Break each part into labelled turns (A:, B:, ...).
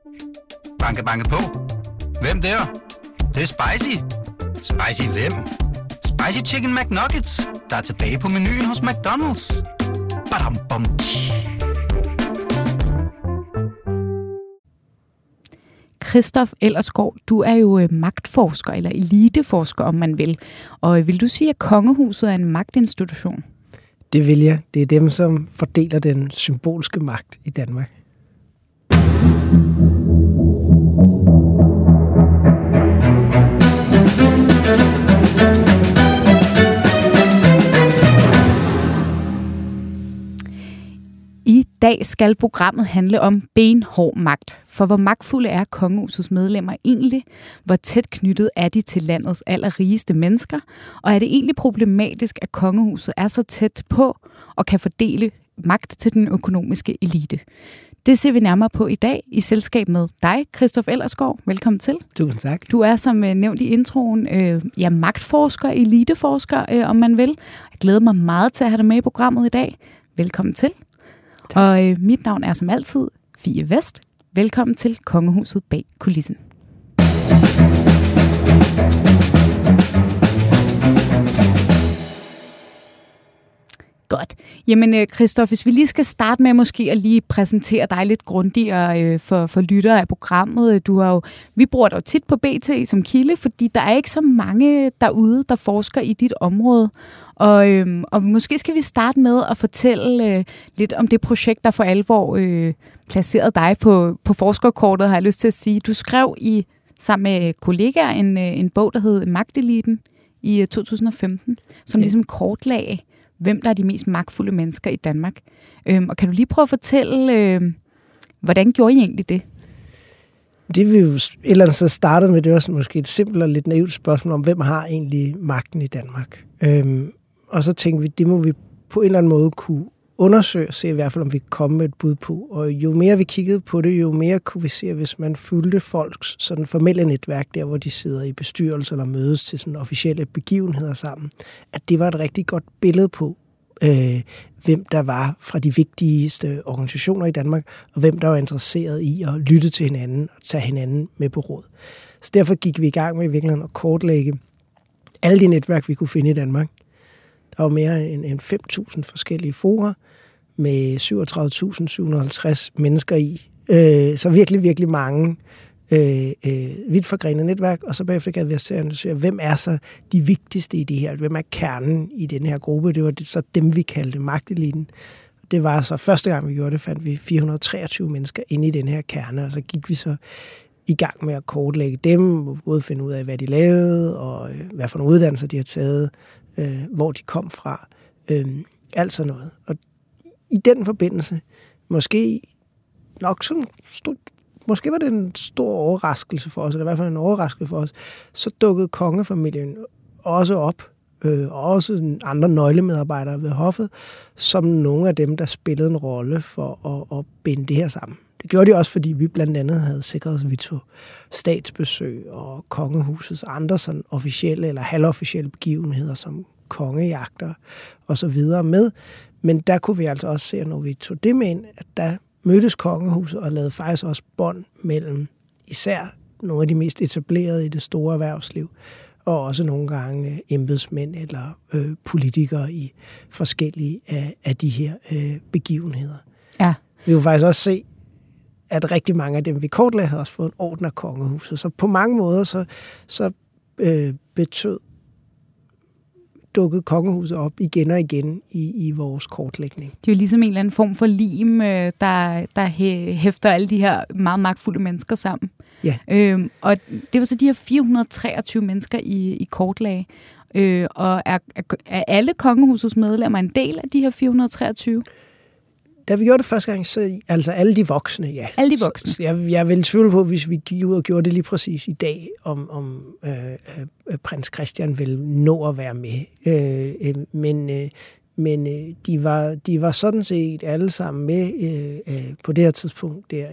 A: Banke, banke på. Hvem der? Det er spicy. Spicy hvem? Spicy Chicken McNuggets, der er tilbage på menuen hos McDonald's. Badum, bom,
B: Christoph Ellersgaard, du er jo magtforsker, eller eliteforsker, om man vil. Og vil du sige, at kongehuset er en magtinstitution?
C: Det vil jeg. Det er dem, som fordeler den symbolske magt i Danmark.
B: I dag skal programmet handle om benhård magt. For hvor magtfulde er kongehusets medlemmer egentlig? Hvor tæt knyttet er de til landets allerrigeste mennesker? Og er det egentlig problematisk, at kongehuset er så tæt på og kan fordele magt til den økonomiske elite? Det ser vi nærmere på i dag i selskab med dig, Christoph Ellersgaard. Velkommen til.
C: Tusind tak.
B: Du er, som nævnt i introen, magtforsker, eliteforsker, om man vil. Jeg glæder mig meget til at have dig med i programmet i dag. Velkommen til. Og mit navn er som altid Fie Vest. Velkommen til Kongehuset bag kulissen. Godt. Jamen Christoph, hvis vi lige skal starte med måske at lige præsentere dig lidt grundigere for lyttere af programmet. Vi bruger dig jo tit på BT som kilde, fordi der er ikke så mange derude, der forsker i dit område. Og måske skal vi starte med at fortælle lidt om det projekt, der for alvor placerede dig på forskerkortet, har jeg lyst til at sige. Du skrev sammen med kollegaer en bog, der hed Magteliten i 2015, som ligesom kortlagde, hvem der er de mest magtfulde mennesker i Danmark. Og kan du lige prøve at fortælle, hvordan gjorde I egentlig det?
C: Det vi jo et eller andet sted startede med, det var måske et simpelt og lidt naivt spørgsmål om, hvem har egentlig magten i Danmark? Og så tænkte vi, det må vi på en eller anden måde kunne undersøge og se i hvert fald, om vi kan komme med et bud på. Og jo mere vi kiggede på det, jo mere kunne vi se, hvis man fulgte folks sådan formelle netværk, der hvor de sidder i bestyrelser eller mødes til sådan officielle begivenheder sammen, at det var et rigtig godt billede på, hvem der var fra de vigtigste organisationer i Danmark, og hvem der var interesseret i at lytte til hinanden og tage hinanden med på råd. Så derfor gik vi i gang med i virkeligheden at kortlægge alle de netværk, vi kunne finde i Danmark. Der var mere end 5.000 forskellige fora med 37.750 mennesker i. Så virkelig, virkelig mange vidt forgrenede netværk. Og så bagefter gav vi os til at analysere, hvem er så de vigtigste i det her? Hvem er kernen i den her gruppe? Det var så dem, vi kaldte magteliten. Det var så første gang, vi gjorde det, fandt vi 423 mennesker inde i den her kerne. Og så gik vi så i gang med at kortlægge dem, og både finde ud af, hvad de lavede, og hvad for nogle uddannelser de har taget, hvor de kom fra, alt sådan noget. Og i den forbindelse, måske var det en stor overraskelse for os, eller i hvert fald en overraskelse for os, så dukkede kongefamilien også op, og også andre nøglemedarbejdere ved hoffet, som nogle af dem, der spillede en rolle for at binde det her sammen. Det gjorde de også, fordi vi blandt andet havde sikret os, at vi tog statsbesøg og kongehusets andre sådan officielle eller halvofficielle begivenheder, som kongejagter og så videre med. Men der kunne vi altså også se, når vi tog det med ind, at der mødtes kongehuset og lavede faktisk også bånd mellem især nogle af de mest etablerede i det store erhvervsliv, og også nogle gange embedsmænd eller politikere i forskellige af de her begivenheder. Ja. Vi kunne faktisk også se, at rigtig mange af dem, vi kortlagde, havde også fået en orden af kongehuset. Så på mange måder, så betød dukkede kongehuset op igen og igen i vores kortlægning.
B: Det er jo ligesom en eller anden form for lim, der hæfter alle de her meget magtfulde mennesker sammen.
C: Ja.
B: Og det var så de her 423 mennesker i kortlag. Og er alle kongehusets medlemmer en del af de her 423?
C: Da vi gjorde det første gang, så altså alle de voksne, ja.
B: Alle de voksne.
C: Så jeg vil tvivle på, hvis vi gik ud og gjorde det lige præcis i dag, om prins Christian vil nå at være med. Men de var sådan set alle sammen med på det her tidspunkt der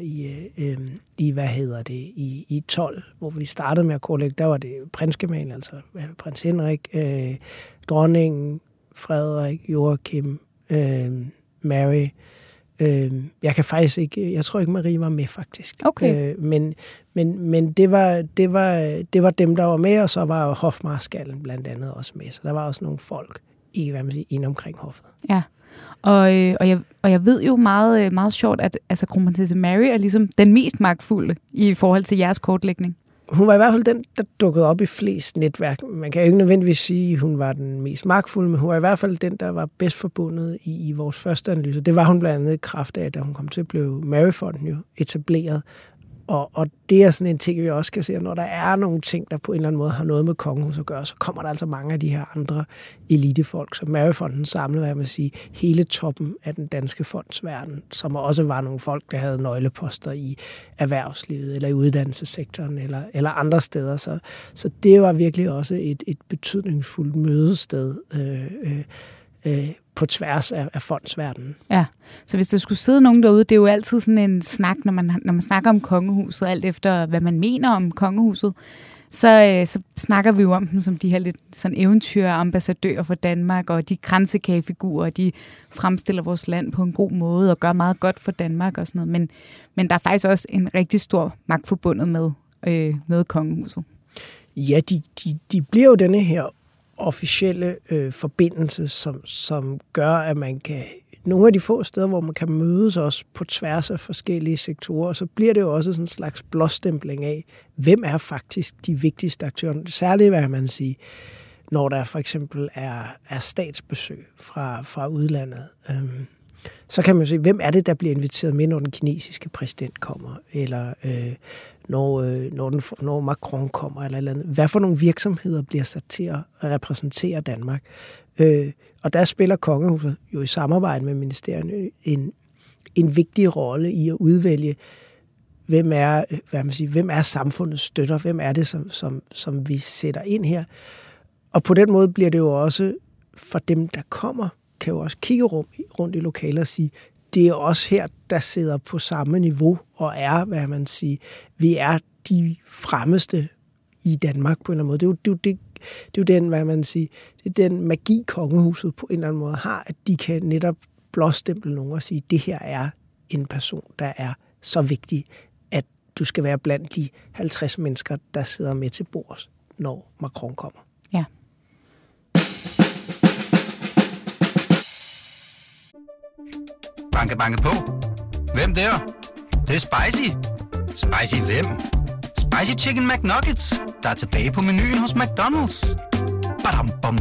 C: i 12, hvor vi startede med at kortlægge. Der var det prinsgemalen, altså prins Henrik, dronningen, Frederik, Joachim, Mary, Jeg kan faktisk ikke, jeg tror ikke Marie var med faktisk.
B: Okay.
C: Men det var dem, der var med, og så var hofmarskallen blandt andet også med. Så der var også nogle folk inde omkring hoffet.
B: Ja. Og jeg ved jo meget, meget sjovt, at altså, kronprinsesse Mary er ligesom den mest magtfulde i forhold til jeres kortlægning.
C: Hun var i hvert fald den, der dukkede op i flest netværk. Man kan jo ikke nødvendigvis sige, at hun var den mest magtfulde, men hun var i hvert fald den, der var bedst forbundet i vores første analyse. Det var hun blandt andet i kraft af, da hun kom til at blive Mary-fonden jo etableret. Og det er sådan en ting, vi også kan se, at når der er nogle ting, der på en eller anden måde har noget med kongehus at gøre, så kommer der altså mange af de her andre elitefolk. Så Mary-fonden samlede, hvad jeg vil sige, hele toppen af den danske fondsverden, som også var nogle folk, der havde nøgleposter i erhvervslivet, eller i uddannelsessektoren, eller andre steder. Så det var virkelig også et betydningsfuldt mødested på tværs af fondsverdenen.
B: Ja, så hvis der skulle sidde nogen derude, det er jo altid sådan en snak, når man snakker om kongehuset, alt efter hvad man mener om kongehuset, så snakker vi jo om dem som de her lidt sådan eventyrambassadører for Danmark, og de kransekagefigurer, de fremstiller vores land på en god måde og gør meget godt for Danmark og sådan noget. Men der er faktisk også en rigtig stor magt forbundet med kongehuset. Ja,
C: de bliver jo denne her officielle forbindelse, som gør, at man kan nogle af de få steder, hvor man kan mødes også på tværs af forskellige sektorer, så bliver det jo også sådan en slags blåstempling af, hvem er faktisk de vigtigste aktører. Særligt, hvad man siger, når der for eksempel er statsbesøg fra udlandet. Så kan man jo se, hvem er det, der bliver inviteret med, når den kinesiske præsident kommer, eller når Macron kommer, eller andet. Hvad for nogle virksomheder bliver sat til at repræsentere Danmark? Og der spiller kongehuset jo i samarbejde med ministerierne en vigtig rolle i at udvælge, hvem er samfundets støtter, hvem er det, som vi sætter ind her. Og på den måde bliver det jo også for dem, der kommer, kan jo også kigge rundt i lokaler og sige, det er også her, der sidder på samme niveau og er, vi er de fremmeste i Danmark på en eller anden måde. Det er jo den, det er den magi, kongehuset på en eller anden måde har, at de kan netop blåstemple nogen og sige, det her er en person, der er så vigtig, at du skal være blandt de 50 mennesker, der sidder med til bords, når Macron kommer.
B: Ja.
A: Banke, banke på. Hvem der? Det er spicy. Spicy hvem? Spicy Chicken McNuggets, der er tilbage på menuen hos McDonald's. Badum, bom,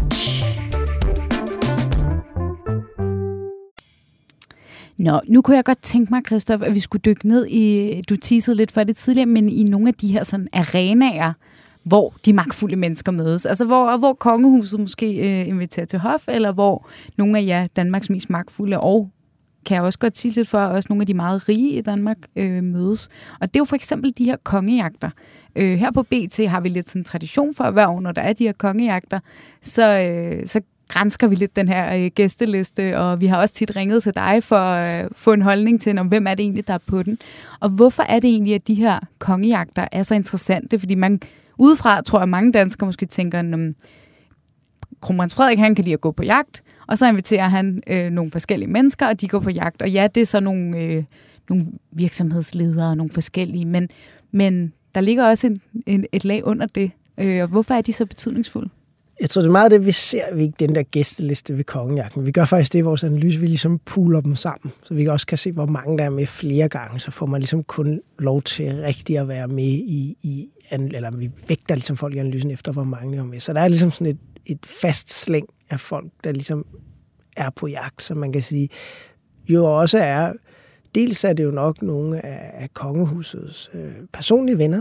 B: Nå, nu kunne jeg godt tænke mig, Christoph, at vi skulle dykke ned i, du teasede lidt for det tidligere, men i nogle af de her sådan arenaer, hvor de magtfulde mennesker mødes. Altså hvor kongehuset måske inviterer til hof, eller hvor nogle af jer Danmarks mest magtfulde, og kan jeg også godt sige lidt for, også nogle af de meget rige i Danmark mødes. Og det er jo for eksempel de her kongejagter. Her på BT har vi lidt sådan en tradition for hver år, når der er de her kongejagter, så gransker vi lidt den her gæsteliste, og vi har også tit ringet til dig for at få en holdning til, om hvem er det egentlig, der er på den. Og hvorfor er det egentlig, at de her kongejagter er så interessante? Fordi man udefra, tror jeg, mange danskere måske tænker, kronprins Frederik, han kan lide at gå på jagt, og så inviterer han nogle forskellige mennesker, og de går på jagt. Og ja, det er så nogle virksomhedsledere og nogle forskellige, men der ligger også et lag under det. Og hvorfor er de så betydningsfulde?
C: Jeg tror, det er meget det, vi ser ved den der gæsteliste ved kongejagten. Vi gør faktisk det i vores analyse, vi ligesom pooler dem sammen, så vi også kan se, hvor mange der er med flere gange, så får man ligesom kun lov til rigtig at være med eller vi vægter ligesom folk i analysen efter, hvor mange der er med. Så der er ligesom sådan et fast slæng af folk, der ligesom er på jagt, som man kan sige, jo også er, dels er det jo nok nogle af kongehusets personlige venner,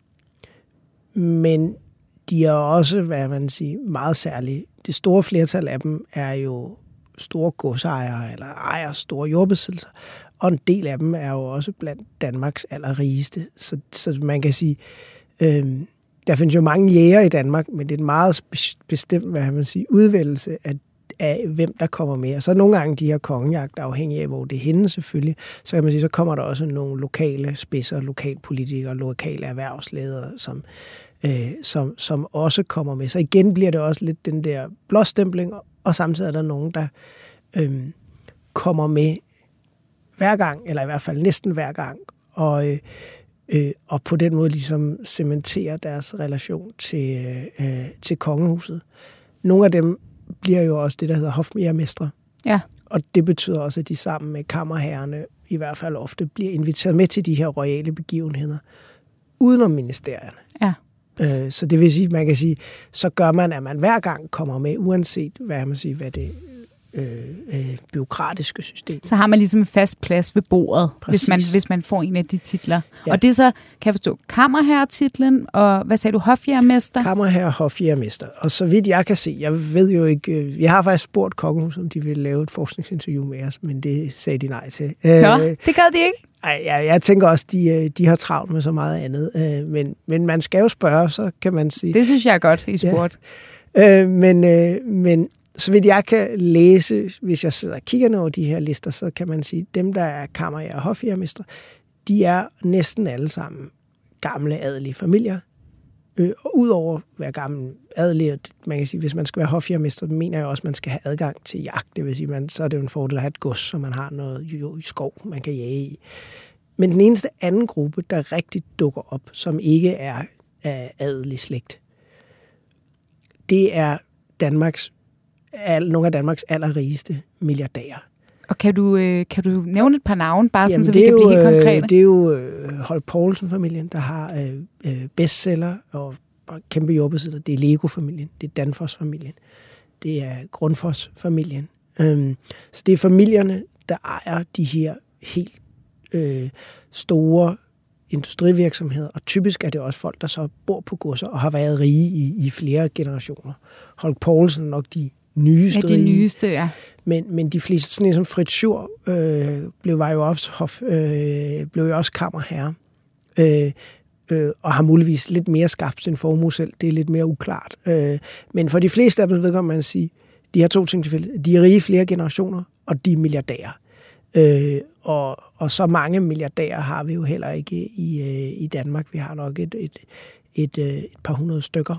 C: men de er også, hvad man siger, meget særlige. Det store flertal af dem er jo store godsejere eller ejer store jordbesiddelser, og en del af dem er jo også blandt Danmarks allerrigeste. Så man kan sige, der findes jo mange jæger i Danmark, men det er en meget bestemt, hvad man siger, udvælgelse af hvem der kommer med. Og så nogle gange de her kongejagter, afhængig af hvor det er henne selvfølgelig, så kan man sige, så kommer der også nogle lokale spidser, lokalpolitikere, lokale erhvervsledere, som også kommer med. Så igen bliver det også lidt den der blåstempling, og samtidig er der nogen, der kommer med, hver gang, eller i hvert fald næsten hver gang, og på den måde ligesom cementere deres relation til kongehuset. Nogle af dem bliver jo også det, der hedder hofjægermestre.
B: Ja.
C: Og det betyder også, at de sammen med kammerherrerne i hvert fald ofte bliver inviteret med til de her royale begivenheder, udenom ministerierne.
B: Ja.
C: Så det vil sige, man kan sige, så gør man, at man hver gang kommer med, uanset hvad det bureaukratiske system.
B: Så har man ligesom en fast plads ved bordet, hvis man får en af de titler. Ja. Og det er så, kan jeg forstå, kammerherretitlen, og hvad sagde du, hofjægermester?
C: Kammerherre, hofjægermester. Og så vidt jeg kan se, jeg ved jo ikke, jeg har faktisk spurgt kongehuset, om de ville lave et forskningsinterview med os, men det sagde de nej til.
B: Nå, det gad de ikke?
C: Jeg tænker også, de har travlt med så meget andet. Men man skal jo spørge, så kan man sige.
B: Det synes jeg er godt i sport.
C: Ja. Men så vidt jeg kan læse, hvis jeg sidder og kigger over de her lister, så kan man sige, at dem, der er kammerherre og hofjægermester, de er næsten alle sammen gamle adelige familier. Og udover at være gamle adelige, man kan sige, hvis man skal være hofjægermester, mener jeg også, at man skal have adgang til jagt. Det vil sige, så er det jo en fordel at have et gods, så man har noget i skov, man kan jage i. Men den eneste anden gruppe, der rigtig dukker op, som ikke er af adelig slægt, det er nogle af Danmarks allerrigeste milliardærer.
B: Og kan du nævne et par navne, bare sådan, så vi kan blive helt konkrete?
C: Det er jo Holk Poulsen-familien, der har bestseller og kæmpe jordbesidder. Det er Lego-familien, det er Danfoss-familien, det er Grundfos-familien. Så det er familierne, der ejer de her helt store industrivirksomheder, og typisk er det også folk, der så bor på godser og har været rige i flere generationer. Holk Poulsen er nok de nyeste.
B: Ja, de nyeste, ja.
C: Men de fleste, sådan som Fritz Schur, blev jo også kammerherre, og har muligvis lidt mere skabt sin formue selv. Det er lidt mere uklart. Men for de fleste af dem, kan man sige, de har to ting til fælles. De er rige flere generationer, og de er milliardærer. Og så mange milliardærer har vi jo heller ikke i Danmark. Vi har nok et par hundrede stykker.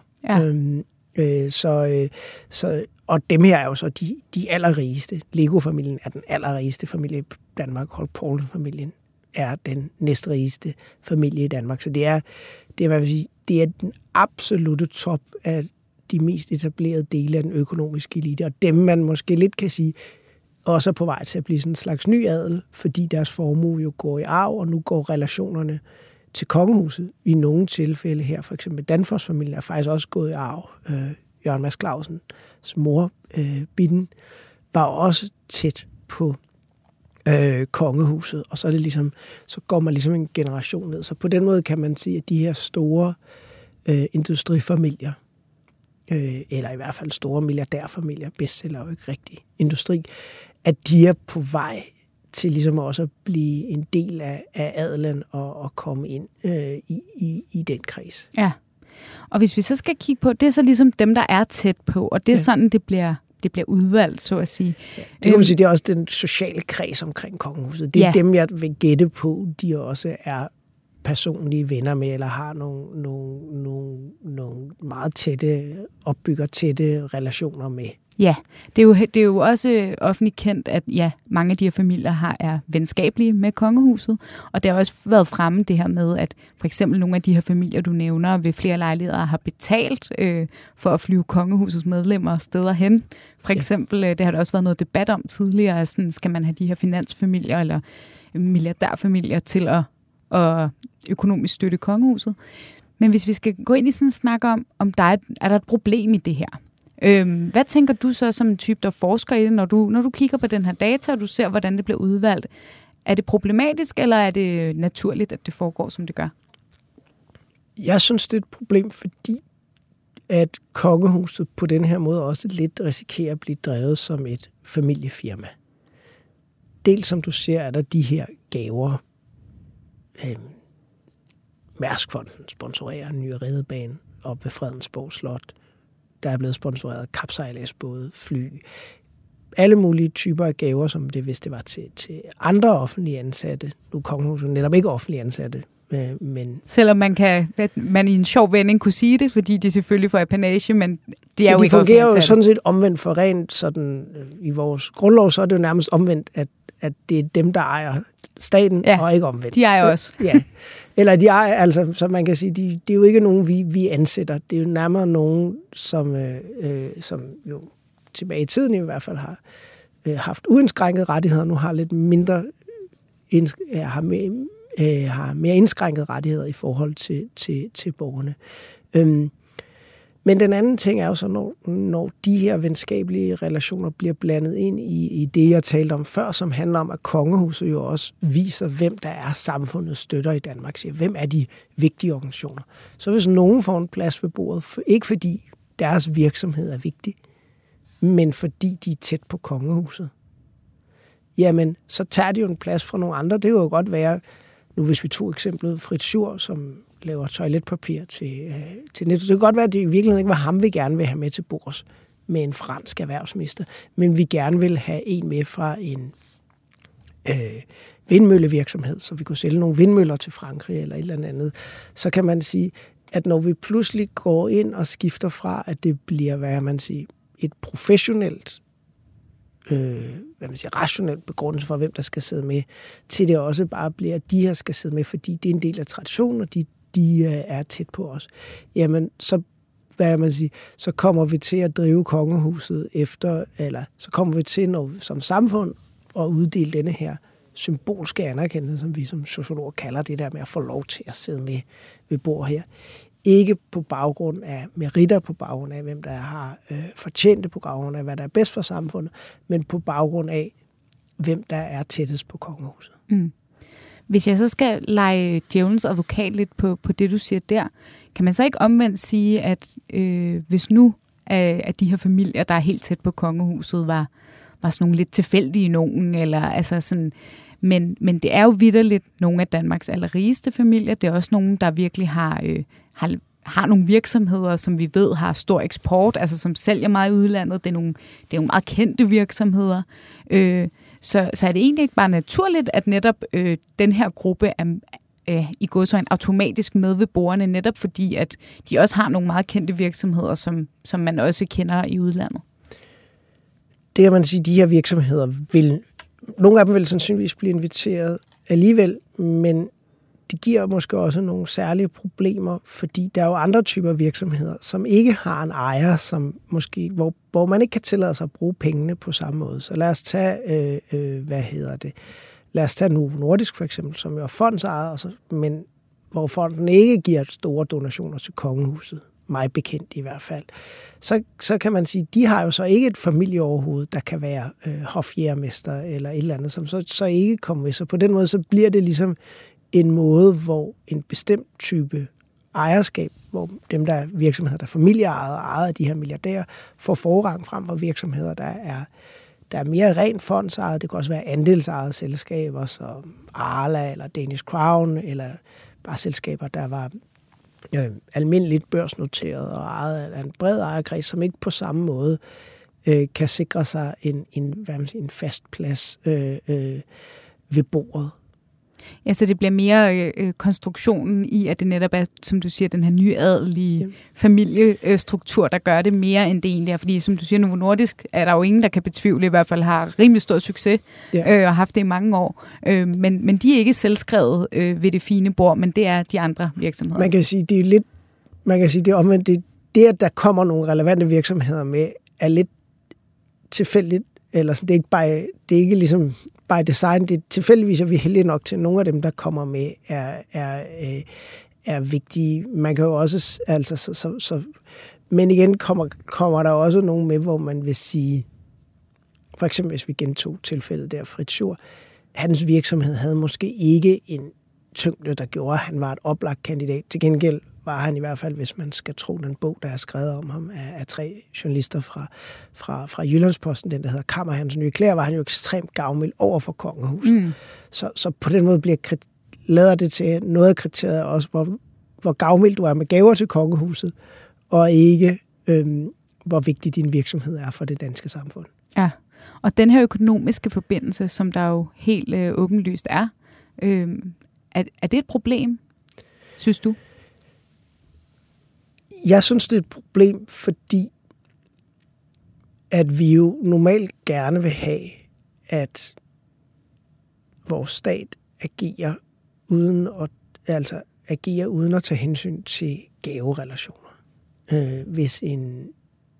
C: Ja. Og dem her er jo så de allerrigeste. Lego-familien er den allerrigeste familie i Danmark. Holk Poulsen-familien er den næstrigeste familie i Danmark. Så det er hvad vil sige, det er den absolutte top af de mest etablerede dele af den økonomiske elite. Og dem, man måske lidt kan sige, også er på vej til at blive sådan en slags ny adel, fordi deres formue jo går i arv, og nu går relationerne til kongehuset i nogle tilfælde her. For eksempel Danfoss-familien er faktisk også gået i arv. Jørgen Mads Clausens mor, Bitten, var også tæt på kongehuset, og så er det ligesom, så går man ligesom en generation ned. Så på den måde kan man sige, at de her store industrifamilier, eller i hvert fald store milliardærfamilier, bestseller jo ikke rigtig industri, at de er på vej til ligesom også at blive en del af adelen og komme ind i den kreds.
B: Ja, og hvis vi så skal kigge på, det er så ligesom dem, der er tæt på, og det er sådan, det bliver udvalgt, så at sige.
C: Ja, det kan man sige, det er også den sociale kreds omkring kongehuset. Det er dem, jeg vil gætte på, de også er personlige venner med, eller har nogle meget opbygger tætte relationer med. Ja,
B: det er jo også offentligt kendt, at mange af de her familier er venskabelige med kongehuset, og det har også været fremme det her med, at for eksempel nogle af de her familier, du nævner, ved flere lejligheder har betalt for at flyve kongehusets medlemmer steder hen. For eksempel, det har der også været noget debat om tidligere, sådan, skal man have de her finansfamilier eller milliardærfamilier til at økonomisk støtte kongehuset. Men hvis vi skal gå ind i sådan en snak om er der et problem i det her? Hvad tænker du så som en type, der forsker i det, når du kigger på den her data, og du ser, hvordan det bliver udvalgt? Er det problematisk, eller er det naturligt, at det foregår, som det gør?
C: Jeg synes, det er et problem, fordi at kongehuset på den her måde også lidt risikerer at blive drevet som et familiefirma. Dels som du ser, er der de her gaver. Mærskfonden sponsorerer en ny ridebane op ved Fredensborg Slot. Der er blevet sponsoreret kapsejladsbåde, fly. Alle mulige typer af gaver, som det, hvis det var til andre offentlige ansatte. Nu er kongehuset netop ikke offentlige ansatte, men...
B: Selvom man i en sjov vending kunne sige det, fordi de selvfølgelig får apanage, men de er jo ikke offentlige ansatte.
C: De fungerer jo sådan set omvendt for rent sådan... I vores grundlov, så er det jo nærmest omvendt, at det er dem, der ejer staten, og ikke omvendt.
B: De ejer også.
C: Ja. Eller de ejer, altså, så man kan sige, det er jo ikke nogen, vi ansætter. Det er jo nærmere nogen, som jo tilbage i tiden i hvert fald har haft uindskrænket rettigheder, nu har lidt mindre har mere indskrænkede rettigheder i forhold til borgerne. Men den anden ting er jo så, når de her venskabelige relationer bliver blandet ind i det, jeg talte om før, som handler om, at kongehuset jo også viser, hvem der er samfundets støtter i Danmark, siger, hvem er de vigtige organisationer. Så hvis nogen får en plads ved bordet, ikke fordi deres virksomhed er vigtig, men fordi de er tæt på kongehuset, jamen, så tager de jo en plads fra nogle andre. Det kunne jo godt være, nu hvis vi tog eksemplet Fritz Schur, som laver toiletpapir til Netto. Det kan godt være, at det i virkeligheden ikke var ham, vi gerne vil have med til bords med en fransk erhvervsminister, men vi gerne vil have en med fra en vindmøllevirksomhed, så vi kunne sælge nogle vindmøller til Frankrig eller et eller andet. Så kan man sige, at når vi pludselig går ind og skifter fra, at det bliver, hvad man siger, et professionelt rationelt begrundelse for, hvem der skal sidde med, til det også bare bliver, at de her skal sidde med, fordi det er en del af traditionen, og de er tæt på os. Jamen, så, så kommer vi til at drive kongehuset efter, eller så kommer vi til, som samfund, at uddele denne her symbolske anerkendelse, som vi som sociologer kalder det der med at få lov til at sidde med ved bord her. Ikke på baggrund af meritter, på baggrund af, hvem der har fortjent på baggrund af, hvad der er bedst for samfundet, men på baggrund af, hvem der er tættest på kongehuset. Mm.
B: Hvis jeg så skal lege djævelens advokat lidt på det, du siger der, kan man så ikke omvendt sige, at hvis nu at de her familier, der er helt tæt på kongehuset, var sådan nogle lidt tilfældige nogen, eller altså sådan... Men det er jo vitterligt nogle af Danmarks allerrigeste familier. Det er også nogen, der virkelig har nogle virksomheder, som vi ved har stor eksport, altså som sælger meget i udlandet. Det er nogle meget kendte virksomheder. Så er det egentlig ikke bare naturligt, at netop den her gruppe er i gåseøjne automatisk med ved bordene, netop fordi, at de også har nogle meget kendte virksomheder, som man også kender i udlandet?
C: Det kan man sige, de her virksomheder vil... Nogle af dem vil sandsynligvis blive inviteret alligevel, men det giver måske også nogle særlige problemer, fordi der er jo andre typer virksomheder, som ikke har en ejer, som måske, hvor man ikke kan tillade sig at bruge pengene på samme måde. Så lad os tage, Lad os tage Novo Nordisk for eksempel, som jo er fondsejet, men hvor fonden ikke giver store donationer til kongehuset. Mig bekendt i hvert fald, så kan man sige, de har jo så ikke et familieoverhoved, der kan være hofjægermester eller et eller andet, som så ikke kommer med. Så på den måde, så bliver det ligesom en måde, hvor en bestemt type ejerskab, hvor dem, der er virksomheder, der er familieejet og ejet af de her milliardærer, får forrang frem for virksomheder, der er mere rent fondsejet. Det kan også være andelsejede selskaber, som Arla eller Danish Crown, eller bare selskaber, der var almindeligt børsnoteret og ejet af en bred ejerkreds, som ikke på samme måde kan sikre sig en fast plads ved bordet.
B: Ja, så det bliver mere konstruktionen i, at det netop er, som du siger, den her nyadelige familiestruktur, der gør det mere, end det egentlig er. Fordi som du siger, Novo Nordisk er der jo ingen, der kan betvivle, i hvert fald har rimelig stor succes og haft det i mange år. Men de er ikke selvskrevet ved det fine bord, men det er de andre virksomheder.
C: Man kan sige, det er lidt, det er omvendt. Det, at der kommer nogle relevante virksomheder med, er lidt tilfældigt, eller sådan, det er ikke ligesom by design. Det er tilfældigvis, at vi er heldige nok til, at nogle af dem, der kommer med, er vigtige. Man kan jo også, altså, men igen kommer der også nogen med, hvor man vil sige, for eksempel hvis vi gentog tilfældet der, Fritz Schur, hans virksomhed havde måske ikke en tyngde, der gjorde, at han var et oplagt kandidat. Til gengæld var han i hvert fald, hvis man skal tro den bog, der er skrevet om ham af 3 journalister fra Jyllandsposten, den der hedder Kammerherrens Nye Klæder, var han jo ekstremt gavmild over for kongehuset. Mm. Så på den måde lader det til noget af kriteriet også, hvor gavmild du er med gaver til kongehuset, og ikke hvor vigtig din virksomhed er for det danske samfund.
B: Ja, og den her økonomiske forbindelse, som der jo helt åbenlyst er det et problem, synes du?
C: Jeg synes, det er et problem, fordi at vi jo normalt gerne vil have, at vores stat agerer uden at tage hensyn til gaverelationer. Hvis en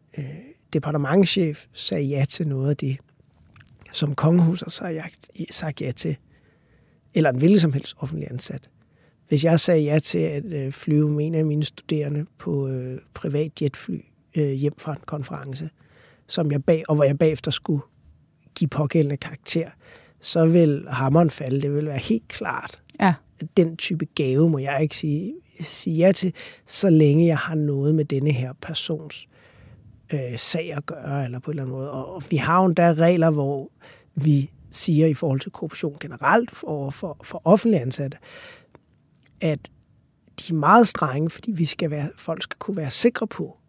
C: departementschef sagde ja til noget af det, som kongehuset har sagt ja til, eller en hvilken som helst offentlig ansat. Hvis jeg sagde ja til at flyve med en af mine studerende på privat jetfly hjem fra en konference, hvor jeg bagefter skulle give pågældende karakter, så vil hammeren falde. Det vil være helt klart.
B: Ja.
C: Den type gave må jeg ikke sige ja til, så længe jeg har noget med denne her persons sag at gøre, eller på en eller anden måde. Og vi har jo der regler, hvor vi siger i forhold til korruption generelt for offentlige ansatte, at de er meget strenge, fordi folk skal kunne være sikre på,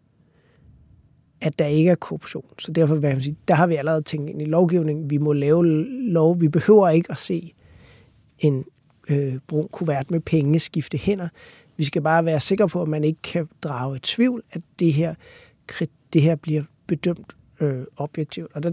C: at der ikke er korruption. Så derfor vil jeg sige, der har vi allerede tænkt ind i lovgivningen. Vi må lave lov. Vi behøver ikke at se en brun kuvert med penge skifte hænder. Vi skal bare være sikre på, at man ikke kan drage i tvivl, at det her bliver bedømt objektivt. Og der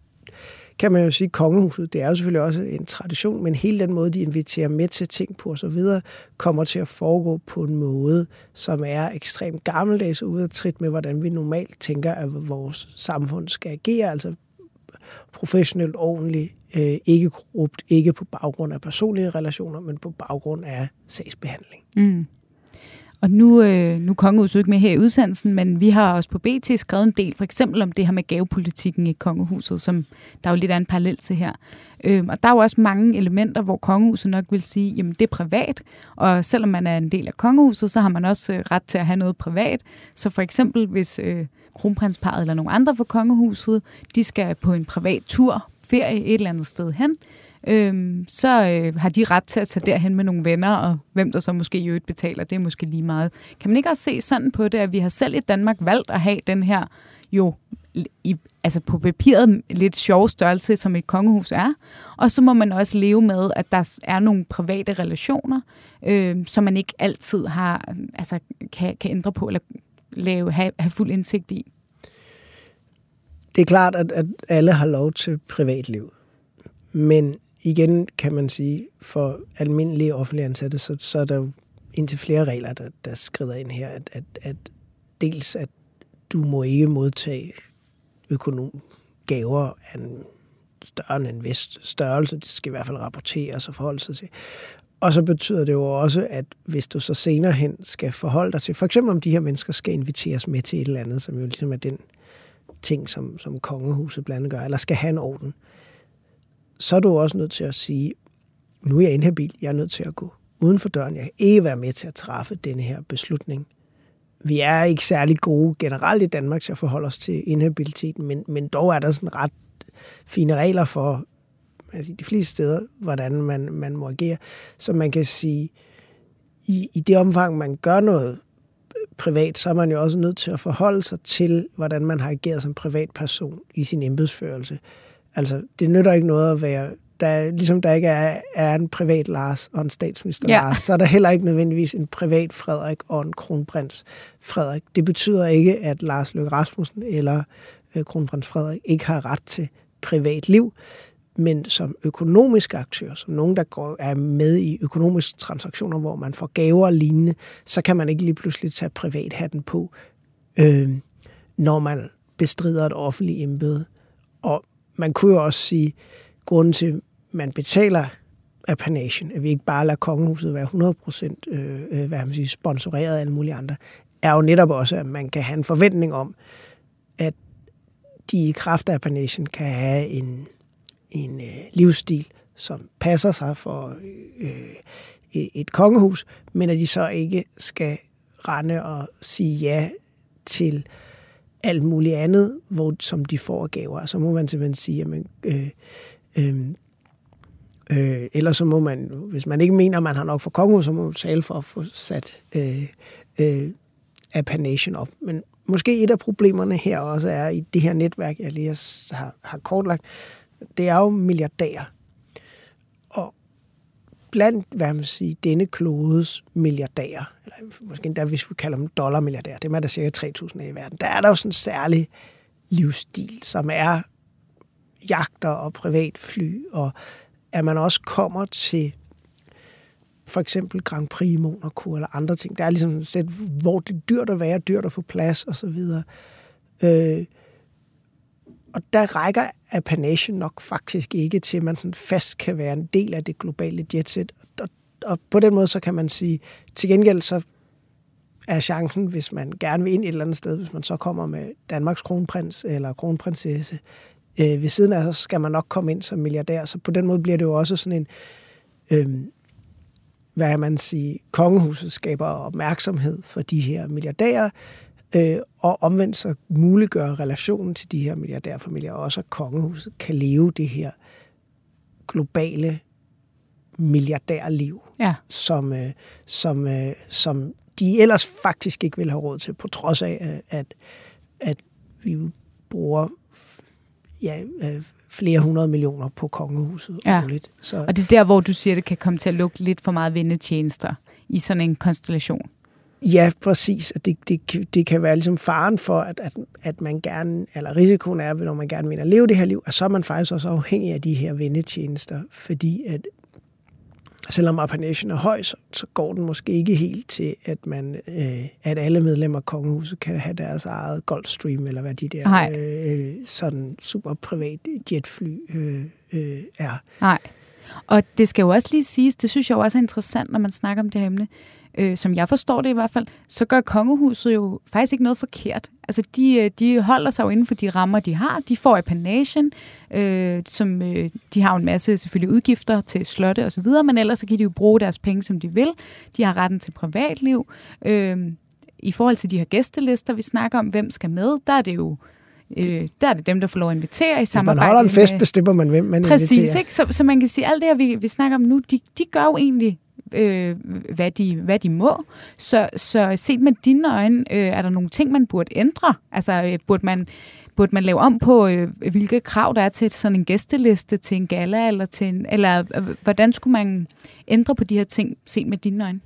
C: kan man jo sige, at kongehuset, det er jo selvfølgelig også en tradition, men hele den måde, de inviterer med til ting på osv., kommer til at foregå på en måde, som er ekstremt gammeldags og ude af trit med, hvordan vi normalt tænker, at vores samfund skal agere, altså professionelt, ordentligt, ikke korrupt, ikke på baggrund af personlige relationer, men på baggrund af sagsbehandling.
B: Mm. Og nu er kongehuset ikke med her i udsendelsen, men vi har også på BT skrevet en del, for eksempel om det her med gavepolitikken i kongehuset, som der jo lidt er en parallel til her. Og der er jo også mange elementer, hvor kongehuset nok vil sige, jamen det er privat, og selvom man er en del af kongehuset, så har man også ret til at have noget privat. Så for eksempel, hvis kronprinsparret eller nogle andre fra kongehuset, de skal på en privat tur, ferie et eller andet sted hen, så har de ret til at tage derhen med nogle venner, og hvem der så måske i øvrigt betaler, det er måske lige meget. Kan man ikke også se sådan på det, at vi har selv i Danmark valgt at have den her, jo altså på papiret lidt sjove størrelse, som et kongehus er, og så må man også leve med, at der er nogle private relationer, som man ikke altid har, altså kan ændre på, eller have fuld indsigt i.
C: Det er klart, at alle har lov til privatliv. Men igen kan man sige, for almindelige offentlige ansatte, så er der jo indtil flere regler, der skrider ind her, at dels at du må ikke modtage gaver af en større end en vis størrelse. Det skal i hvert fald rapporteres og forholde sig til. Og så betyder det jo også, at hvis du så senere hen skal forholde dig til, for eksempel om de her mennesker skal inviteres med til et eller andet, som jo ligesom er den ting, som kongehuset blandt andet gør, eller skal have en orden, så er du også nødt til at sige, nu er jeg inhabil, jeg er nødt til at gå uden for døren. Jeg kan ikke være med til at træffe denne her beslutning. Vi er ikke særlig gode generelt i Danmark til at forholde os til inhabiliteten, men dog er der sådan ret fine regler for altså de fleste steder, hvordan man må agere. Så man kan sige, i det omfang, man gør noget privat, så er man jo også nødt til at forholde sig til, hvordan man har ageret som privatperson i sin embedsførelse. Altså, det nytter ikke noget at være... Ligesom der ikke er en privat Lars og en statsminister Lars, så er der heller ikke nødvendigvis en privat Frederik og en kronprins Frederik. Det betyder ikke, at Lars Løkke Rasmussen eller kronprins Frederik ikke har ret til privatliv, men som økonomisk aktør, som nogen, der er med i økonomiske transaktioner, hvor man får gaver og lignende, så kan man ikke lige pludselig tage privathatten på, når man bestrider et offentligt embede. Og man kunne jo også sige, grunden til, at man betaler apanagen, at vi ikke bare lader kongehuset være 100% sponsoreret af alle mulige andre, er jo netop også, at man kan have en forventning om, at de i kraft af apanagen kan have en livsstil, som passer sig for et kongehus, men at de så ikke skal rende og sige ja til alt muligt andet, som de får af gaver. Så må man simpelthen sige, eller så må man, hvis man ikke mener, at man har nok for kongehus, så må man tale for at få sat apanagen op. Men måske et af problemerne her også er i det her netværk, jeg lige har kortlagt, det er jo milliardærer. Og blandt, hvad man siger, denne klodes milliardærer, eller måske endda hvis vi kalder dem dollarmilliardærer, det er der cirka 3.000 i verden, der er der jo sådan en særlig livsstil, som er jagter og privatfly og at man også kommer til for eksempel Grand Prix i Monaco eller andre ting. Der er ligesom et sæt, hvor det er dyrt at være, dyrt at få plads og så videre. Og der rækker apanagen nok faktisk ikke til, at man sådan fast kan være en del af det globale jetset. Og på den måde, så kan man sige, til gengæld så er chancen, hvis man gerne vil ind et eller andet sted, hvis man så kommer med Danmarks kronprins eller kronprinsesse ved siden af, så skal man nok komme ind som milliardær. Så på den måde bliver det jo også sådan en, hvad man siger, kongehuset skaber opmærksomhed for de her milliardærer, og omvendt så muliggør relationen til de her milliardærfamilier, og også at kongehuset kan leve det her globale milliardærliv, som de ellers faktisk ikke vil have råd til, på trods af, at vi bruger flere 100 millioner på kongehuset. Så.
B: Og det er der, hvor du siger, det kan komme til at lugte lidt for meget vennetjenester i sådan en konstellation.
C: Ja, præcis. Det kan være ligesom faren for, at man gerne, eller risikoen er, når man gerne vil at leve det her liv, og så er man faktisk også afhængig af de her vennetjenester, fordi at selvom apanagen er høj, så går den måske ikke helt til, at alle medlemmer af kongehuset kan have deres eget Gulfstream, eller hvad de der sådan super privat jetfly er.
B: Nej. Og det skal jo også lige siges, det synes jeg jo også er interessant, når man snakker om det her emne, som jeg forstår det i hvert fald, så gør kongehuset jo faktisk ikke noget forkert. Altså, de holder sig jo inden for de rammer, de har. De får apanagen, de har jo en masse selvfølgelig udgifter til slotte og så videre, men ellers så kan de jo bruge deres penge, som de vil. De har retten til privatliv. I forhold til de her gæstelister, vi snakker om, hvem skal med, der er det jo der er det dem, der får lov at invitere i samarbejde.
C: Hvis man holder en fest, bestemmer man, hvem man
B: præcis,
C: inviterer.
B: Ikke? Så man kan sige, alt det her, vi snakker om nu, de gør jo egentlig hvad de må. Så set med dine øjne, er der nogle ting, man burde ændre? Altså, burde man lave om på, hvilke krav der er til sådan en gæsteliste, til en gala, eller hvordan skulle man ændre på de her ting, set med dine øjne?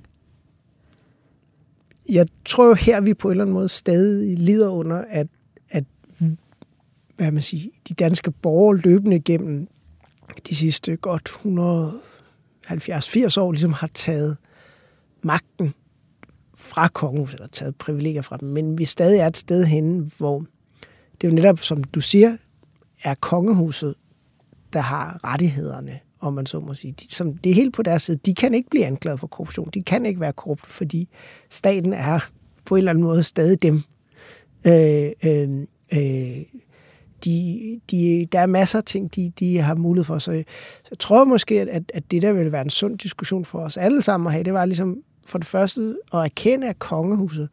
C: Jeg tror jo her, vi på en eller anden måde stadig lider under, at hvad man siger, de danske borgere løbende gennem de sidste godt 170-80 år ligesom har taget magten fra kongehuset, eller taget privilegier fra dem, men vi stadig er et sted henne, hvor det er jo netop, som du siger, er kongehuset, der har rettighederne, om man så må sige. Det er helt på deres side. De kan ikke blive anklaget for korruption. De kan ikke være korrupt, fordi staten er på en eller anden måde stadig dem. Der er masser af ting, de har mulighed for. Så jeg tror måske, at det der vil være en sund diskussion for os alle sammen at have, det var ligesom for det første at erkende, at kongehuset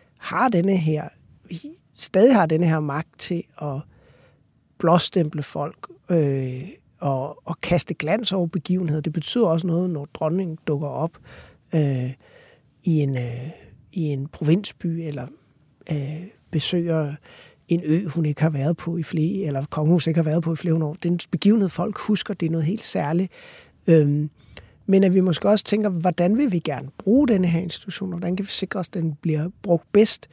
C: stadig har denne her magt til at blåstemple folk og kaste glans over begivenheder. Det betyder også noget, når dronningen dukker op i en provinsby eller besøger en ø, hun ikke har været på i flere, eller kongehuset ikke har været på i flere år. Det er en begivenhed, folk husker, det er noget helt særligt. Men at vi måske også tænker, hvordan vil vi gerne bruge denne her institution, og hvordan kan vi sikre os, at den bliver brugt bedst.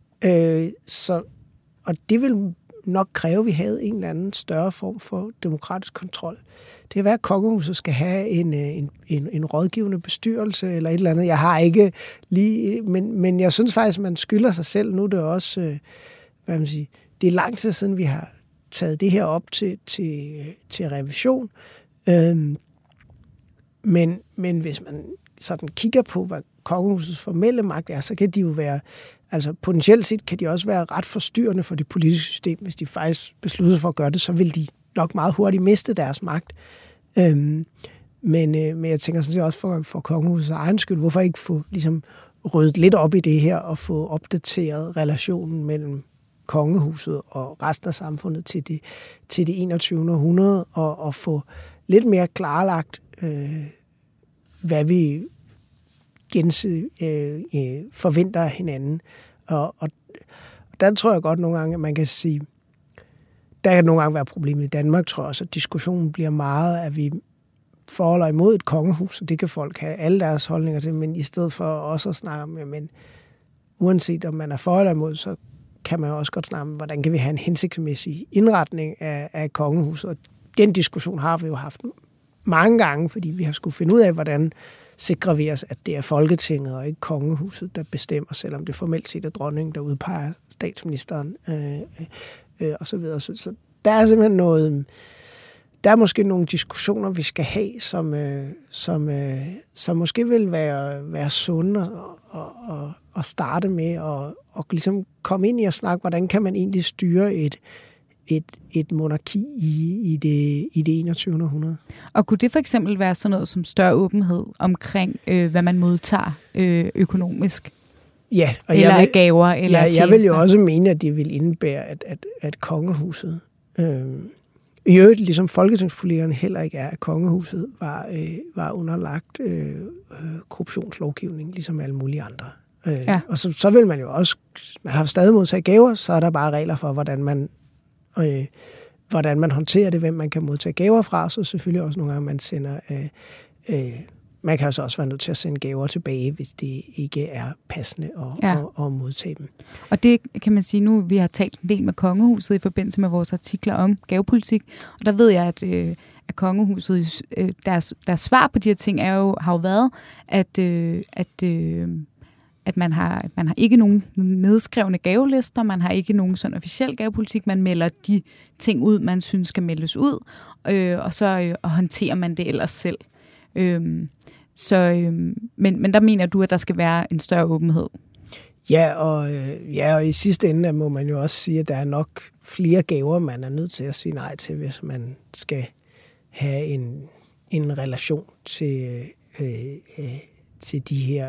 C: Og det vil nok kræve, at vi havde en eller anden større form for demokratisk kontrol. Det kan være, at kongehuset skal have en rådgivende bestyrelse eller et eller andet. Jeg har ikke lige... Men jeg synes faktisk, man skylder sig selv. Nu er det også... hvad man siger, det er lang tid siden, vi har taget det her op til revision. Men hvis man sådan kigger på, hvad kongehusets formelle magt er, så kan de jo være, altså potentielt set kan de også være ret forstyrrende for det politiske system. Hvis de faktisk beslutter for at gøre det, så vil de nok meget hurtigt miste deres magt. Men jeg tænker sådan set også for kongehusets egen skyld, hvorfor ikke få ligesom ryddet lidt op i det her og få opdateret relationen mellem kongehuset og resten af samfundet til det 21. århundrede og få lidt mere klarlagt, hvad vi gensidigt forventer af hinanden. Og der tror jeg godt nogle gange, at man kan sige, der kan nogle gange være problemet i Danmark, tror jeg også, at diskussionen bliver meget, at vi forholder imod et kongehus, og det kan folk have alle deres holdninger til, men i stedet for også at snakke om, men uanset om man er for eller imod, så kan man jo også godt snakke om, hvordan kan vi have en hensigtsmæssig indretning af kongehuset. Og den diskussion har vi jo haft mange gange, fordi vi har skulle finde ud af, hvordan sikrer vi os, at det er Folketinget og ikke kongehuset, der bestemmer, selvom det formelt set er dronningen, der udpeger statsministeren og så videre. Så der er simpelthen noget... Der er måske nogle diskussioner, vi skal have, som måske vil være sunde at starte med og ligesom komme ind i at snakke, hvordan kan man egentlig styre et monarki i det 21. århundrede. Og
B: kunne det for eksempel være sådan noget som større åbenhed omkring, hvad man modtager økonomisk?
C: Ja, og
B: eller gaver, eller
C: jeg vil jo også mene, at det vil indebære, at kongehuset... I øvrigt, ligesom folketingspolitikerne heller ikke er, at kongehuset var underlagt korruptionslovgivning, ligesom alle mulige andre. Og så vil man jo også, man har stadig modtaget gaver, så er der bare regler for, hvordan man håndterer det, hvem man kan modtage gaver fra, så selvfølgelig også nogle gange, man sender... man kan altså også være nødt til at sende gaver tilbage, hvis det ikke er passende at modtage dem. Og det kan man sige nu, vi har talt en del med kongehuset i forbindelse med vores artikler om gavepolitik, og der ved jeg, at kongehuset, deres svar på de her ting har jo været, at man har ikke nogen nedskrevne gavelister, man har ikke nogen sådan officiel gavepolitik, man melder de ting ud, man synes skal meldes ud, og så håndterer man det ellers selv. Men der mener du, at der skal være en større åbenhed? Ja, og i sidste ende må man jo også sige, at der er nok flere gaver, man er nødt til at sige nej til, hvis man skal have en relation til de her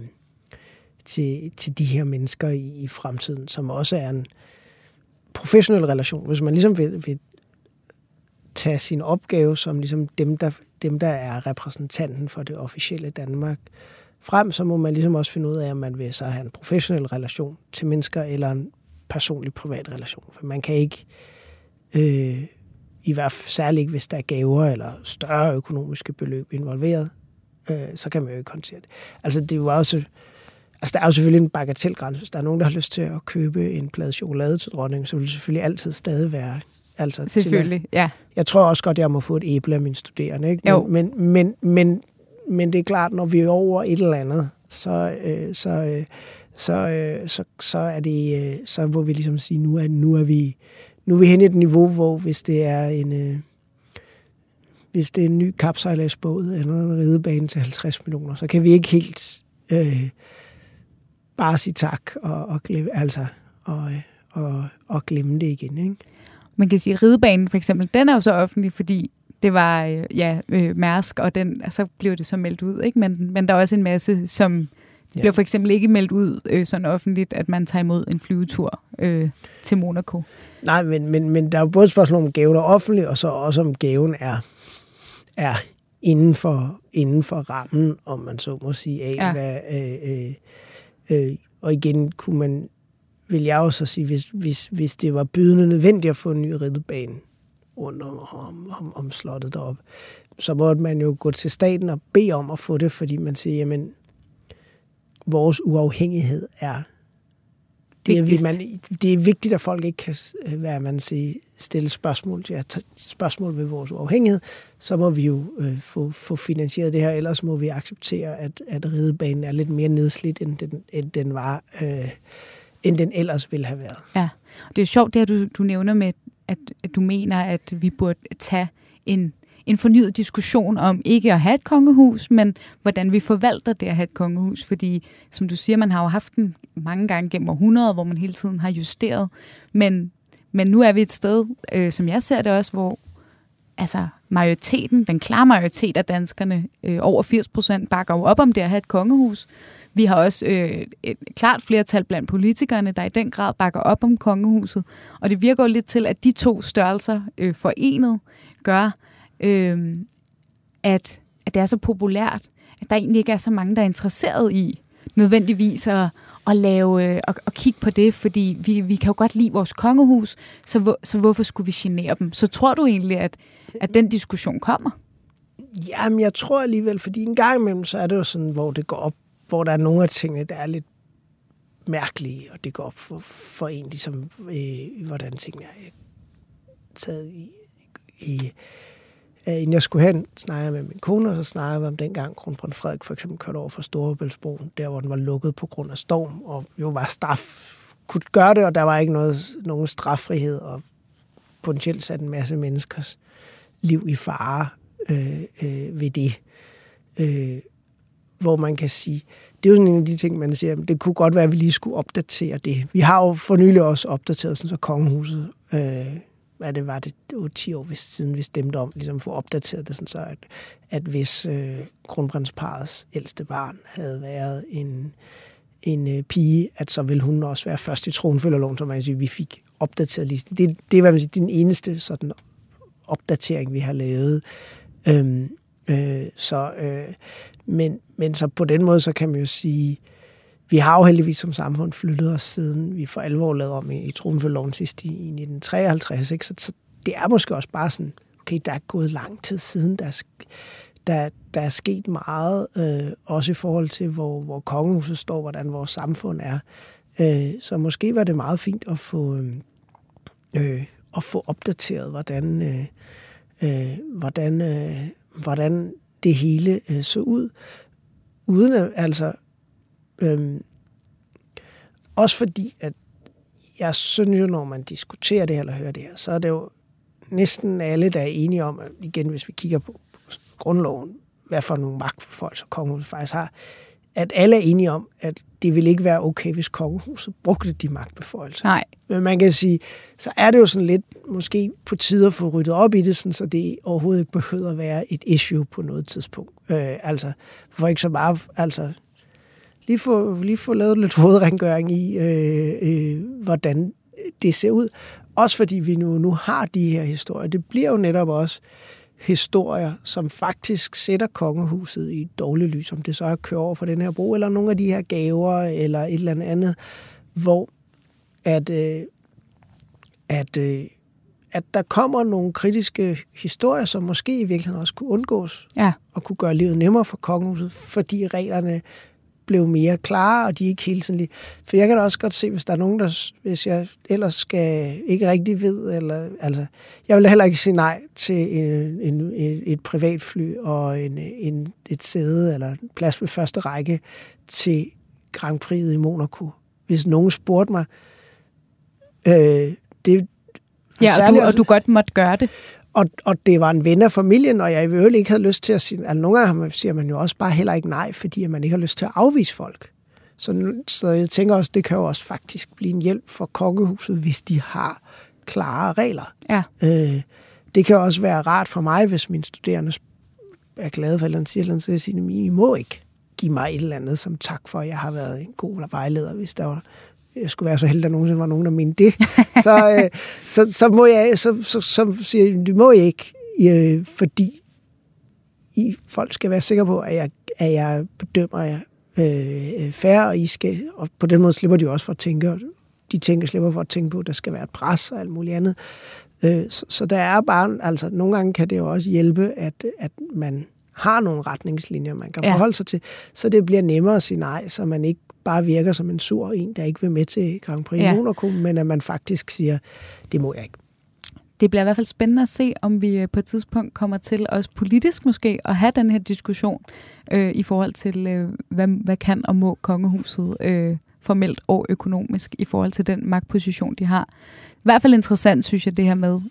C: til de her mennesker i fremtiden, som også er en professionel relation. Hvis man ligesom vil tage sin opgave som ligesom dem, der er repræsentanten for det officielle Danmark frem, så må man ligesom også finde ud af, om man vil så have en professionel relation til mennesker, eller en personlig privat relation. For man kan ikke, i hvert fald særligt ikke, hvis der er gaver eller større økonomiske beløb involveret, så kan man jo ikke håndtere det. Altså det er jo også, der er jo selvfølgelig en bagatelgrænse. Hvis der er nogen, der har lyst til at købe en plade chokolade til dronningen, så vil det selvfølgelig altid stadig være. Altså,
B: selvfølgelig, ja.
C: Jeg tror også godt, jeg må få et æble af mine studerende. Ikke? Men det er klart, når vi er over et eller andet, så er det, så må vi ligesom sige, nu er vi hen i et niveau, hvor hvis det er en ny kapsejladsbåd eller en ridebane til 50 millioner, så kan vi ikke helt bare sige tak og glemme det igen, ikke?
B: Man kan sige, at ridebanen for eksempel, den er jo så offentlig, fordi det var Mærsk, og så blev det så meldt ud, ikke? Men der er også en masse, som bliver for eksempel ikke meldt ud sådan offentligt, at man tager imod en flyvetur til Monaco.
C: Nej, men der er jo både et spørgsmål om gaven er offentlig, og så også om gaven er inden for rammen, om man så må sige, af og igen vil jeg også sige, hvis det var bydende nødvendigt at få en ny ridebane rundt om slottet deroppe, så måtte man jo gå til staten og bede om at få det, fordi man siger, jamen, vores uafhængighed er det er vigtigt, at folk ikke kan stille spørgsmål ved vores uafhængighed. Så må vi jo få finansieret det her, ellers må vi acceptere, at ridebanen er lidt mere nedslidt, end den var, end den ellers ville have været.
B: Ja, og det er sjovt, det her, du nævner med, at du mener, at vi burde tage en fornyet diskussion om ikke at have et kongehus, men hvordan vi forvalter det at have et kongehus. Fordi, som du siger, man har jo haft den mange gange gennem århundreder, hvor man hele tiden har justeret. Men nu er vi et sted, som jeg ser det også, hvor altså den klare majoritet af danskerne, over 80%, bakker jo op om det at have et kongehus. Vi har også et klart flertal blandt politikerne, der i den grad bakker op om kongehuset. Og det virker jo lidt til, at de to størrelser forenet gør, at det er så populært, at der egentlig ikke er så mange, der er interesseret i nødvendigvis at lave og kigge på det, fordi vi kan jo godt lide vores kongehus, så hvorfor skulle vi genere dem? Så tror du egentlig, at den diskussion kommer?
C: Jamen, jeg tror alligevel, fordi en gang imellem, så er det jo sådan, hvor det går op, hvor der er nogle af tingene, der er lidt mærkelige, og det går op for en, ligesom, hvordan tingene er taget inden jeg skulle hen, snakkede jeg med min kone, og så snakkede vi om dengang kronprins Frederik for eksempel kørte over for Storebæltsbroen, der hvor den var lukket på grund af storm, og jo var kunne gøre det, og der var ikke nogen straffrihed, og potentielt satte en masse menneskers liv i fare ved det. Hvor man kan sige, det er jo sådan en af de ting, man siger, det kunne godt være, at vi lige skulle opdatere det. Vi har jo for nylig også opdateret, sådan så kongehuset, var det 10 år siden, vi stemte om, ligesom få opdateret det, sådan så at hvis kronprinsparrets ældste barn havde været en pige, at så ville hun også være først i tronfølgerloven, så man kan sige, vi fik opdateret liste. Det er, hvad man siger, den eneste sådan opdatering, vi har lavet. Men så på den måde, så kan man jo sige, vi har jo heldigvis som samfund flyttet os siden vi for alvor lavede om i tronfølgerloven sidst i 1953. Ikke? Så det er måske også bare sådan, okay, der er gået lang tid siden, der er sket meget, også i forhold til, hvor kongehuset står, hvordan vores samfund er. Så måske var det meget fint at få opdateret, hvordan det hele så ud. Uden at, altså, også fordi, at jeg synes jo, når man diskuterer det eller hører det her, så er det jo næsten alle, der er enige om, at igen, hvis vi kigger på grundloven, hvad for nogle magtbeføjelser kongehuset faktisk har, at alle er enige om, at det vil ikke være okay, hvis kongehuset brugte de magtbeføjelser.
B: Nej.
C: Men man kan sige, så er det jo sådan lidt måske på tide at få ryddet op i det, sådan, så det overhovedet ikke behøver at være et issue på noget tidspunkt. Altså, for ikke så bare, altså, lige få lavet lidt hovedrengøring i, hvordan det ser ud. Også fordi vi nu har de her historier. Det bliver jo netop også historier, som faktisk sætter kongehuset i et dårligt lys, om det så er at køre over for den her bro, eller nogle af de her gaver, eller et eller andet, hvor at der kommer nogle kritiske historier, som måske i virkeligheden også kunne undgås, og kunne gøre livet nemmere for kongehuset, fordi reglerne blev mere klare, og de ikke hele tiden lige... For jeg kan da også godt se, hvis der er nogen, hvis jeg ellers ikke rigtig ved, eller... Altså, jeg vil heller ikke sige nej til et privatfly og et sæde eller en plads ved første række til Grand Prix i Monaco. Hvis nogen spurgte mig...
B: og du godt måtte gøre det.
C: Og det var en ven af familien, og jeg i øvrigt ikke havde lyst til at sige... Altså, nogle gange siger man jo også bare heller ikke nej, fordi man ikke har lyst til at afvise folk. Så jeg tænker også, det kan jo også faktisk blive en hjælp for kongehuset, hvis de har klare regler.
B: Ja.
C: Det kan også være rart for mig, hvis mine studerende er glade for et eller andet, siger, så jeg siger, I må ikke give mig et eller andet som tak for, at jeg har været en god vejleder, hvis der var... Jeg skulle være så heldig, at der nogensinde var nogen, der mente det. Så må jeg, så siger jeg, det må jeg ikke, fordi folk skal være sikre på, at jeg bedømmer jer fair, og på den måde slipper de også for at tænke, slipper for at tænke på, at der skal være et pres og alt muligt andet. Så der er bare, altså nogle gange kan det jo også hjælpe, at man har nogle retningslinjer, man kan forholde sig til, så det bliver nemmere at sige nej, så man ikke bare virker som en sur en, der ikke vil med til Grand Prix i Monaco, men at man faktisk siger, det må jeg ikke.
B: Det bliver i hvert fald spændende at se, om vi på et tidspunkt kommer til, også politisk måske, at have den her diskussion i forhold til, hvad kan og må kongehuset formelt og økonomisk i forhold til den magtposition, de har. I hvert fald interessant, synes jeg, det her med,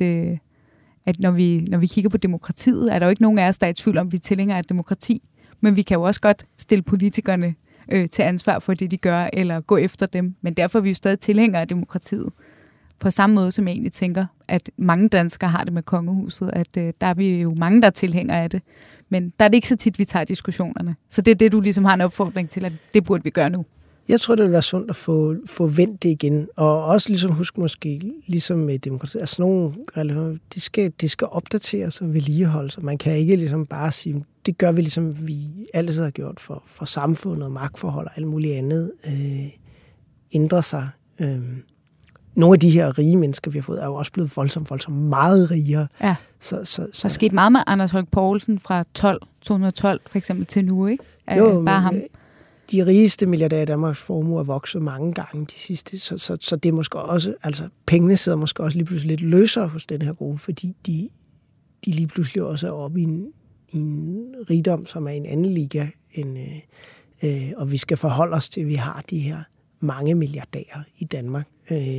B: at når vi kigger på demokratiet, er der jo ikke nogen af os, der er i tvivl om, vi er tilhængere af demokrati, men vi kan jo også godt stille politikerne til ansvar for det, de gør, eller gå efter dem. Men derfor er vi jo stadig tilhængere af demokratiet. På samme måde, som jeg egentlig tænker, at mange danskere har det med kongehuset, at der er vi jo mange, der er tilhængere af det. Men der er det ikke så tit, vi tager diskussionerne. Så det er det, du ligesom har en opfordring til, at det burde vi gøre nu.
C: Jeg tror, det vil være sundt at få vendt det igen. Og også ligesom husk måske, ligesom med demokratiet, altså nogle de skal opdateres og vedligeholdes. Man kan ikke ligesom bare sige, det gør vi ligesom vi altid har gjort for samfundet og magtforhold og alt muligt andet ændrer sig. Nogle af de her rige mennesker, vi har fået, er jo også blevet voldsomt meget rigere. Ja. Så. Der er sket
B: meget med Anders Holk Poulsen fra 212 for eksempel til nu, ikke?
C: Jo, bare ham. De rigeste milliardærer i Danmarks formue er vokset mange gange de sidste, så det er måske også, altså pengene sidder måske også lige pludselig lidt løsere hos den her gruppe, fordi de lige pludselig også er oppe i en rigdom, som er en anden liga, og vi skal forholde os til, at vi har de her mange milliardærer i Danmark,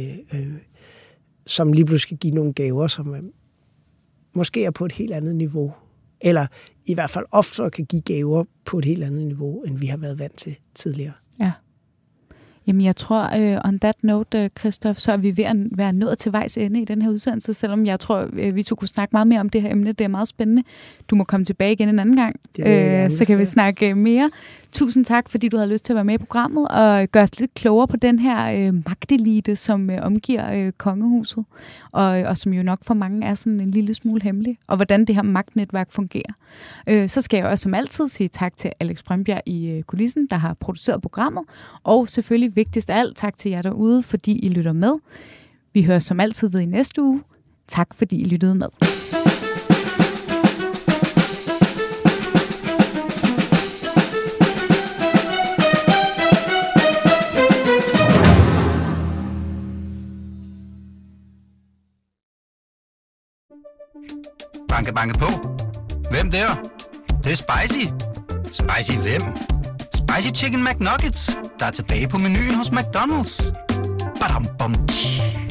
C: som lige pludselig skal give nogle gaver, som måske er på et helt andet niveau, eller i hvert fald ofte kan give gaver på et helt andet niveau, end vi har været vant til tidligere.
B: Ja. Jamen, jeg tror, on that note, Christoph, så er vi ved at være nået til vejs ende i den her udsendelse, selvom jeg tror, vi to kunne snakke meget mere om det her emne. Det er meget spændende. Du må komme tilbage igen en anden gang, så kan vi snakke mere. Tusind tak, fordi du havde lyst til at være med i programmet og gøre os lidt klogere på den her magtelite, som omgiver kongehuset, og som jo nok for mange er sådan en lille smule hemmelig, og hvordan det her magtnetværk fungerer. Så skal jeg også som altid sige tak til Alex Brøndbjerg i kulissen, der har produceret programmet, og selvfølgelig vigtigst af alt, tak til jer derude, fordi I lytter med. Vi hører som altid ved i næste uge. Tak, fordi I lyttede med.
A: Banke, banke på. Hvem der? Det er spicy. Spicy hvem? Spicy Chicken McNuggets, der er tilbage på menuen hos McDonald's. Badum, bom, tji.